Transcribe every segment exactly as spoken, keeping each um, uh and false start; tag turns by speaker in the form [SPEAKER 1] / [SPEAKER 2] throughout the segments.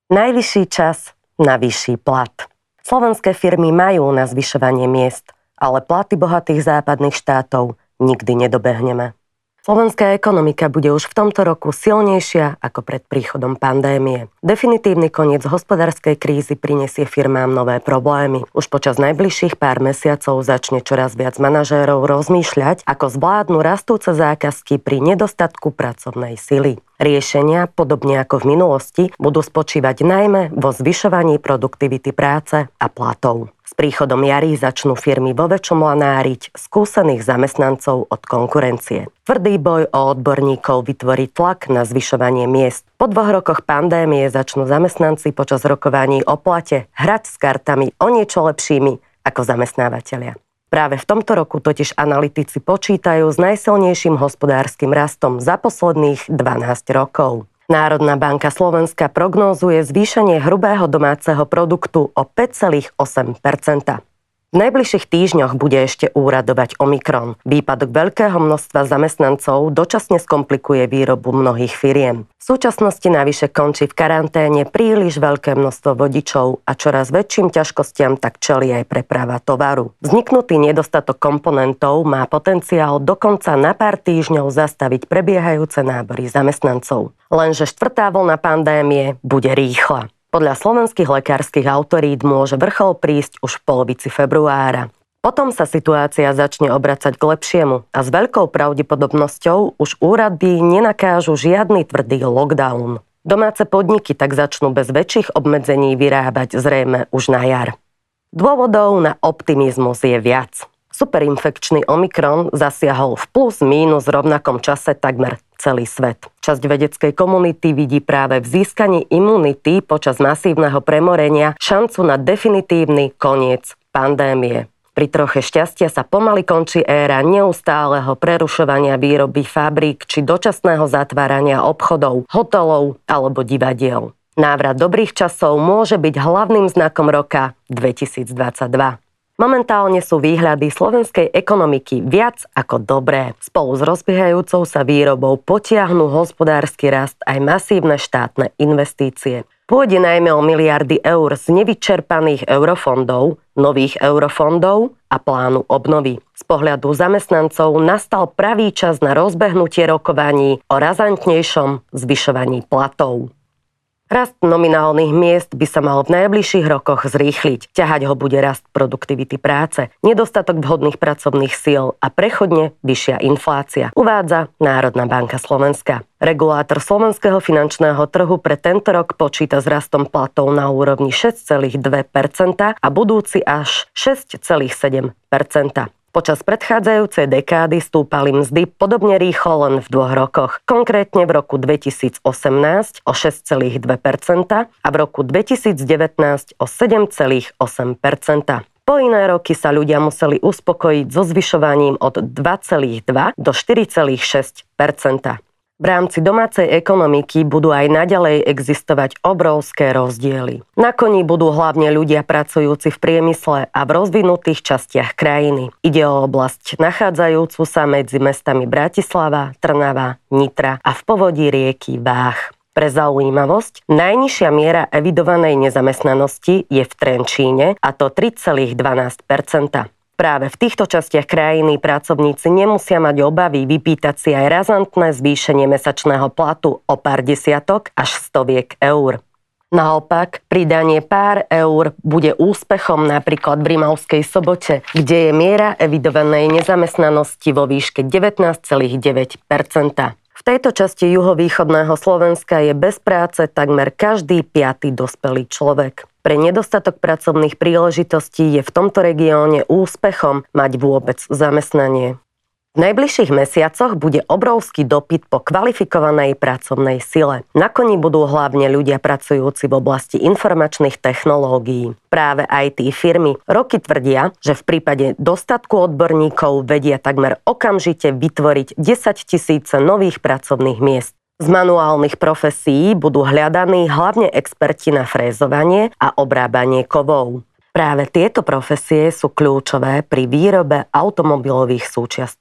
[SPEAKER 1] Najvyšší čas na vyšší plat. Slovenské firmy majú na zvyšovanie miest, ale platy bohatých západných štátov nikdy nedobehneme. Slovenská ekonomika bude už v tomto roku silnejšia ako pred príchodom pandémie. Definitívny koniec hospodárskej krízy prinesie firmám nové problémy. Už počas najbližších pár mesiacov začne čoraz viac manažérov rozmýšľať, ako zvládnu rastúce zákazky pri nedostatku pracovnej sily. Riešenia, podobne ako v minulosti, budú spočívať najmä vo zvyšovaní produktivity práce a platov. S príchodom jary začnú firmy vo väčšom lanáriť skúsených zamestnancov od konkurencie. Tvrdý boj o odborníkov vytvorí tlak na zvyšovanie miest. Po dvoch rokoch pandémie začnú zamestnanci počas rokovaní o plate hrať s kartami o niečo lepšími ako zamestnávateľia. Práve v tomto roku totiž analytici počítajú s najsilnejším hospodárskym rastom za posledných dvanásť rokov. Národná banka Slovenska prognózuje zvýšenie hrubého domáceho produktu o päť celá osem percenta. V najbližších týždňoch bude ešte úradovať Omikron. Výpadok veľkého množstva zamestnancov dočasne skomplikuje výrobu mnohých firiem. V súčasnosti navyše končí v karanténe príliš veľké množstvo vodičov a čoraz väčším ťažkostiam tak čelí aj preprava tovaru. Vzniknutý nedostatok komponentov má potenciál dokonca na pár týždňov zastaviť prebiehajúce nábory zamestnancov. Lenže štvrtá vlna pandémie bude rýchla. Podľa slovenských lekárskych autorít môže vrchol prísť už v polovici februára. Potom sa situácia začne obracať k lepšiemu a s veľkou pravdepodobnosťou už úrady nenakážu žiadny tvrdý lockdown. Domáce podniky tak začnú bez väčších obmedzení vyrábať zrejme už na jar. Dôvodov na optimizmus je viac. Superinfekčný Omikron zasiahol v plus mínus rovnakom čase takmer celý svet. Časť vedeckej komunity vidí práve v získaní imunity počas masívneho premorenia šancu na definitívny koniec pandémie. Pri troche šťastia sa pomaly končí éra neustáleho prerušovania výroby fabrík či dočasného zatvárania obchodov, hotelov alebo divadiel. Návrat dobrých časov môže byť hlavným znakom roka dvetisícdvadsaťdva. Momentálne sú výhľady slovenskej ekonomiky viac ako dobré. Spolu s rozbiehajúcou sa výrobou potiahnu hospodársky rast aj masívne štátne investície. Pôjde najmä o miliardy eur z nevyčerpaných eurofondov, nových eurofondov a plánu obnovy. Z pohľadu zamestnancov nastal pravý čas na rozbehnutie rokovaní o razantnejšom zvyšovaní platov. Rast nominálnych miest by sa mal v najbližších rokoch zrýchliť. Ťahať ho bude rast produktivity práce, nedostatok vhodných pracovných síl a prechodne vyššia inflácia, uvádza Národná banka Slovenska. Regulátor slovenského finančného trhu pre tento rok počíta s rastom platov na úrovni šesť celá dva percenta a budúci až šesť celá sedem percenta. Počas predchádzajúcej dekády stúpali mzdy podobne rýchlo len v dvoch rokoch. Konkrétne v roku dvetisícosemnásť o šesť celá dva percenta a v roku dvetisícdevätnásť o sedem celá osem percenta. Po iné roky sa ľudia museli uspokojiť so zvyšovaním od dva celá dva do štyri celá šesť percenta. V rámci domácej ekonomiky budú aj naďalej existovať obrovské rozdiely. Na koni budú hlavne ľudia pracujúci v priemysle a v rozvinutých častiach krajiny. Ide o oblasť nachádzajúcu sa medzi mestami Bratislava, Trnava, Nitra a v povodí rieky Váh. Pre zaujímavosť, najnižšia miera evidovanej nezamestnanosti je v Trenčíne, a to tri celá dvanásť percenta. Práve v týchto častiach krajiny pracovníci nemusia mať obavy vypýtať si aj razantné zvýšenie mesačného platu o pár desiatok až stoviek eur. Naopak, pridanie pár eur bude úspechom napríklad v Rimavskej Sobote, kde je miera evidovanej nezamestnanosti vo výške devätnásť celá deväť percenta. V tejto časti juhovýchodného Slovenska je bez práce takmer každý piaty dospelý človek. Pre nedostatok pracovných príležitostí je v tomto regióne úspechom mať vôbec zamestnanie. V najbližších mesiacoch bude obrovský dopyt po kvalifikovanej pracovnej sile. Na koni budú hlavne ľudia pracujúci v oblasti informačných technológií. Práve í té firmy roky tvrdia, že v prípade dostatku odborníkov vedia takmer okamžite vytvoriť desaťtisíce nových pracovných miest. Z manuálnych profesí budú hľadaní hlavne experti na frézovanie a obrábanie kovov. Práve tieto profesie sú kľúčové pri výrobe automobilových súčiastok.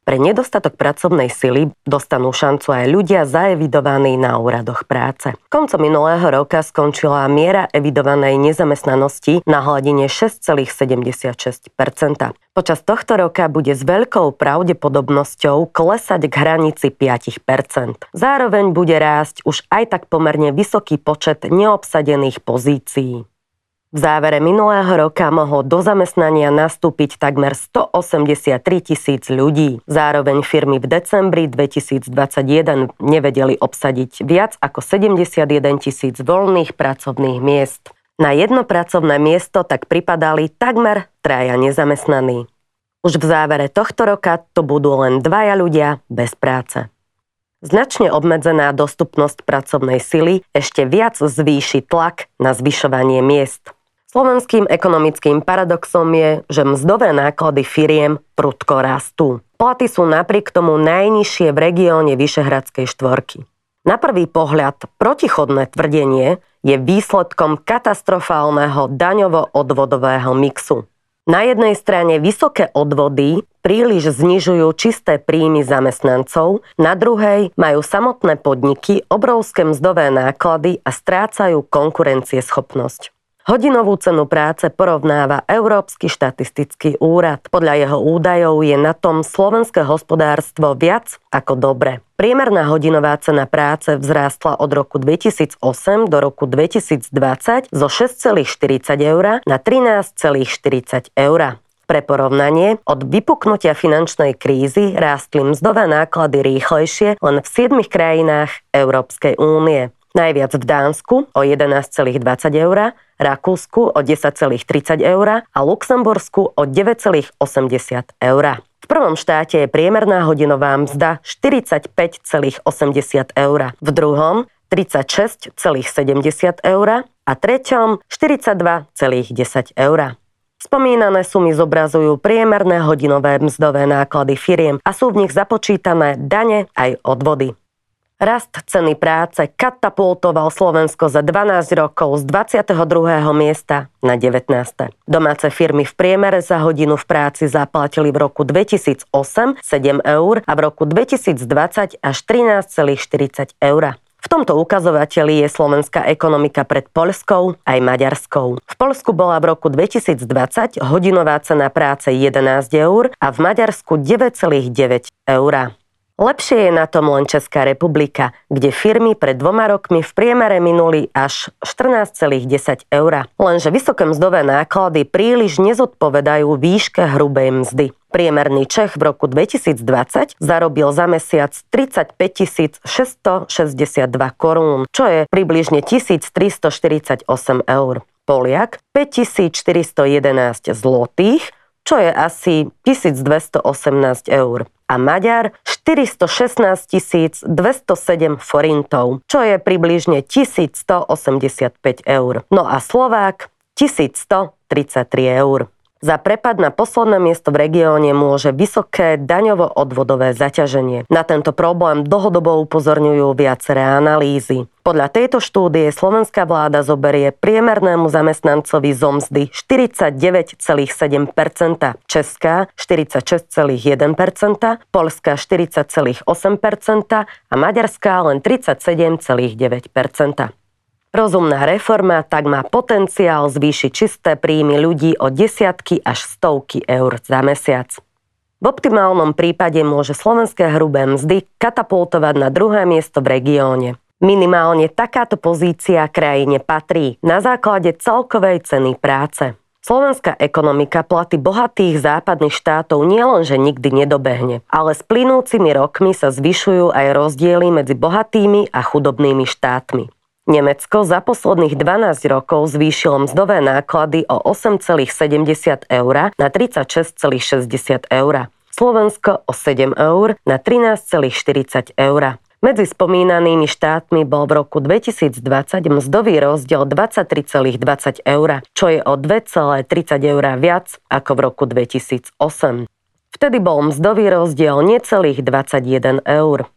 [SPEAKER 1] Pre nedostatok pracovnej sily dostanú šancu aj ľudia zaevidovaní na úradoch práce. Koncom minulého roka skončila miera evidovanej nezamestnanosti na hladine šesť celá sedemdesiatšesť percenta. Počas tohto roka bude s veľkou pravdepodobnosťou klesať k hranici päť percent. Zároveň bude rásť už aj tak pomerne vysoký počet neobsadených pozícií. V závere minulého roka mohlo do zamestnania nastúpiť takmer stoosemdesiattri tisíc ľudí. Zároveň firmy v decembri dvetisícdvadsaťjeden nevedeli obsadiť viac ako sedemdesiatjeden tisíc voľných pracovných miest. Na jedno pracovné miesto tak pripadali takmer traja nezamestnaní. Už v závere tohto roka to budú len dvaja ľudia bez práce. Značne obmedzená dostupnosť pracovnej sily ešte viac zvýši tlak na zvyšovanie miest. Slovenským ekonomickým paradoxom je, že mzdové náklady firiem prudko rastú. Platy sú napriek tomu najnižšie v regióne Vyšehradskej štvorky. Na prvý pohľad protichodné tvrdenie je výsledkom katastrofálneho daňovo-odvodového mixu. Na jednej strane vysoké odvody príliš znižujú čisté príjmy zamestnancov, na druhej majú samotné podniky obrovské mzdové náklady a strácajú konkurencieschopnosť. Hodinovú cenu práce porovnáva Európsky štatistický úrad. Podľa jeho údajov je na tom slovenské hospodárstvo viac ako dobre. Priemerná hodinová cena práce vzrástla od roku dvetisícosem do roku dvetisícdvadsať zo šesť celá štyridsať eur na trinásť celá štyridsať eur. Pre porovnanie, od vypuknutia finančnej krízy rástli mzdové náklady rýchlejšie len v siedmich krajinách Európskej únie. Najviac v Dánsku o jedenásť celá dvadsať eur, Rakúsku o desať celá tridsať eur a Luxembursku o deväť celá osemdesiat eur. V prvom štáte je priemerná hodinová mzda štyridsaťpäť celá osemdesiat eur, v druhom tridsaťšesť celá sedemdesiat eur a treťom štyridsaťdva celá desať eur. Spomínané sumy zobrazujú priemerné hodinové mzdové náklady firiem a sú v nich započítané dane aj odvody. Rast ceny práce katapultoval Slovensko za dvanásť rokov z dvadsiateho druhého miesta na devätnáste Domáce firmy v priemere za hodinu v práci zaplatili v roku dvetisícosem sedem eur a v roku dvetisícdvadsať až trinásť celá štyridsať eur. V tomto ukazovateli je slovenská ekonomika pred Poľskou aj Maďarskou. V Poľsku bola v roku dvetisícdvadsať hodinová cena práce jedenásť eur a v Maďarsku deväť celá deväť eur. Lepšie je na tom len Česká republika, kde firmy pred dvoma rokmi v priemere minuli až štrnásť celá desať eur. Lenže vysoké mzdové náklady príliš nezodpovedajú výške hrubej mzdy. Priemerný Čech v roku dvetisícdvadsať zarobil za mesiac tridsaťpäť tisíc šesťstošesťdesiatdva korún, čo je približne tisíctristoštyridsaťosem eur. Poliak päťtisícštyristojedenásť zlotých, čo je asi tisícdvestoosemnásť eur. A Maďar štyristošestnásť tisíc dvestosedem forintov, čo je približne tisícstoosemdesiatpäť eur. No a Slovák tisícstotridsaťtri eur. Za prepad na posledné miesto v regióne môže vysoké daňovo-odvodové zaťaženie. Na tento problém dlhodobo upozorňujú viaceré analýzy. Podľa tejto štúdie slovenská vláda zoberie priemernému zamestnancovi zo mzdy štyridsaťdeväť celá sedem percenta, česká štyridsaťšesť celá jeden percenta, poľská štyridsať celá osem percenta a maďarská len tridsaťsedem celá deväť percenta. Rozumná reforma tak má potenciál zvýšiť čisté príjmy ľudí o desiatky až stovky eur za mesiac. V optimálnom prípade môže slovenské hrubé mzdy katapultovať na druhé miesto v regióne. Minimálne takáto pozícia krajine patrí na základe celkovej ceny práce. Slovenská ekonomika platy bohatých západných štátov nielenže nikdy nedobehne, ale s plynúcimi rokmi sa zvyšujú aj rozdiely medzi bohatými a chudobnými štátmi. Nemecko za posledných dvanásť rokov zvýšilo mzdové náklady o osem celá sedemdesiat eur na tridsaťšesť celá šesťdesiat eur. Slovensko o sedem eur na trinásť celá štyridsať eur. Medzi spomínanými štátmi bol v roku dvetisícdvadsať mzdový rozdiel dvadsaťtri celá dvadsať eur, čo je o dva celá tridsať eur viac ako v roku dvetisícosem. Vtedy bol mzdový rozdiel necelých dvadsaťjeden eur.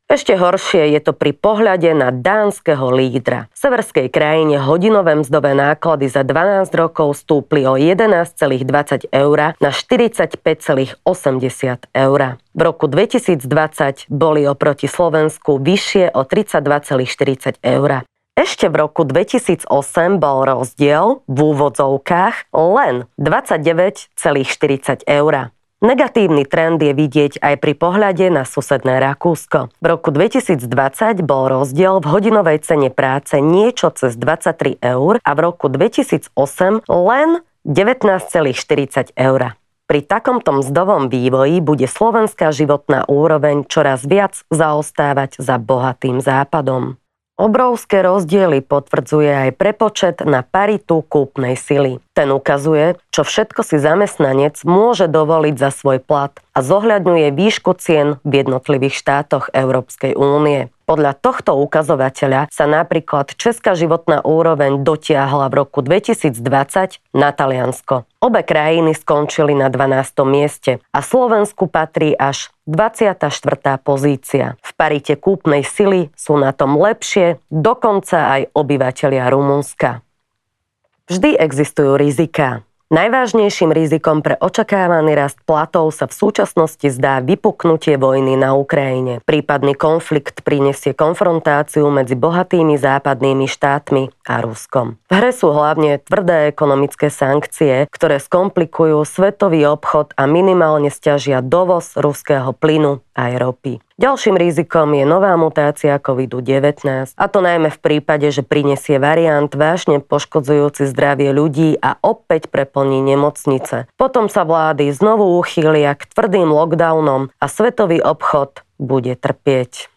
[SPEAKER 1] Ešte horšie je to pri pohľade na dánskeho lídra. V severskej krajine hodinové mzdové náklady za dvanásť rokov stúpli o jedenásť celá dvadsať eur na štyridsaťpäť celá osemdesiat eur. V roku dvetisícdvadsať boli oproti Slovensku vyššie o tridsaťdva celá štyridsať eur. Ešte v roku dvetisícosem bol rozdiel v úvodzovkách len dvadsaťdeväť celá štyridsať eur. Negatívny trend je vidieť aj pri pohľade na susedné Rakúsko. V roku dvetisícdvadsať bol rozdiel v hodinovej cene práce niečo cez dvadsaťtri eur a v roku dvetisícosem len devätnásť celá štyridsať eur. Pri takomto mzdovom vývoji bude slovenská životná úroveň čoraz viac zaostávať za bohatým západom. Obrovské rozdiely potvrdzuje aj prepočet na paritu kúpnej sily. Ten ukazuje, čo všetko si zamestnanec môže dovoliť za svoj plat a zohľadňuje výšku cien v jednotlivých štátoch Európskej únie. Podľa tohto ukazovateľa sa napríklad česká životná úroveň dotiahla v roku dvetisícdvadsať na Taliansko. Obe krajiny skončili na dvanástom mieste a Slovensku patrí až dvadsiata štvrtá pozícia. V parite kúpnej sily sú na tom lepšie dokonca aj obyvatelia Rumunska. Vždy existujú riziká. Najvážnejším rizikom pre očakávaný rast platov sa v súčasnosti zdá vypuknutie vojny na Ukrajine. Prípadný konflikt prinesie konfrontáciu medzi bohatými západnými štátmi a Ruskom. V hre sú hlavne tvrdé ekonomické sankcie, ktoré skomplikujú svetový obchod a minimálne sťažia dovoz ruského plynu aj ropy. Ďalším rizikom je nová mutácia kovid devätnásť, a to najmä v prípade, že prinesie variant vážne poškodzujúci zdravie ľudí a opäť preplní nemocnice. Potom sa vlády znovu uchýlia k tvrdým lockdownom a svetový obchod bude trpieť.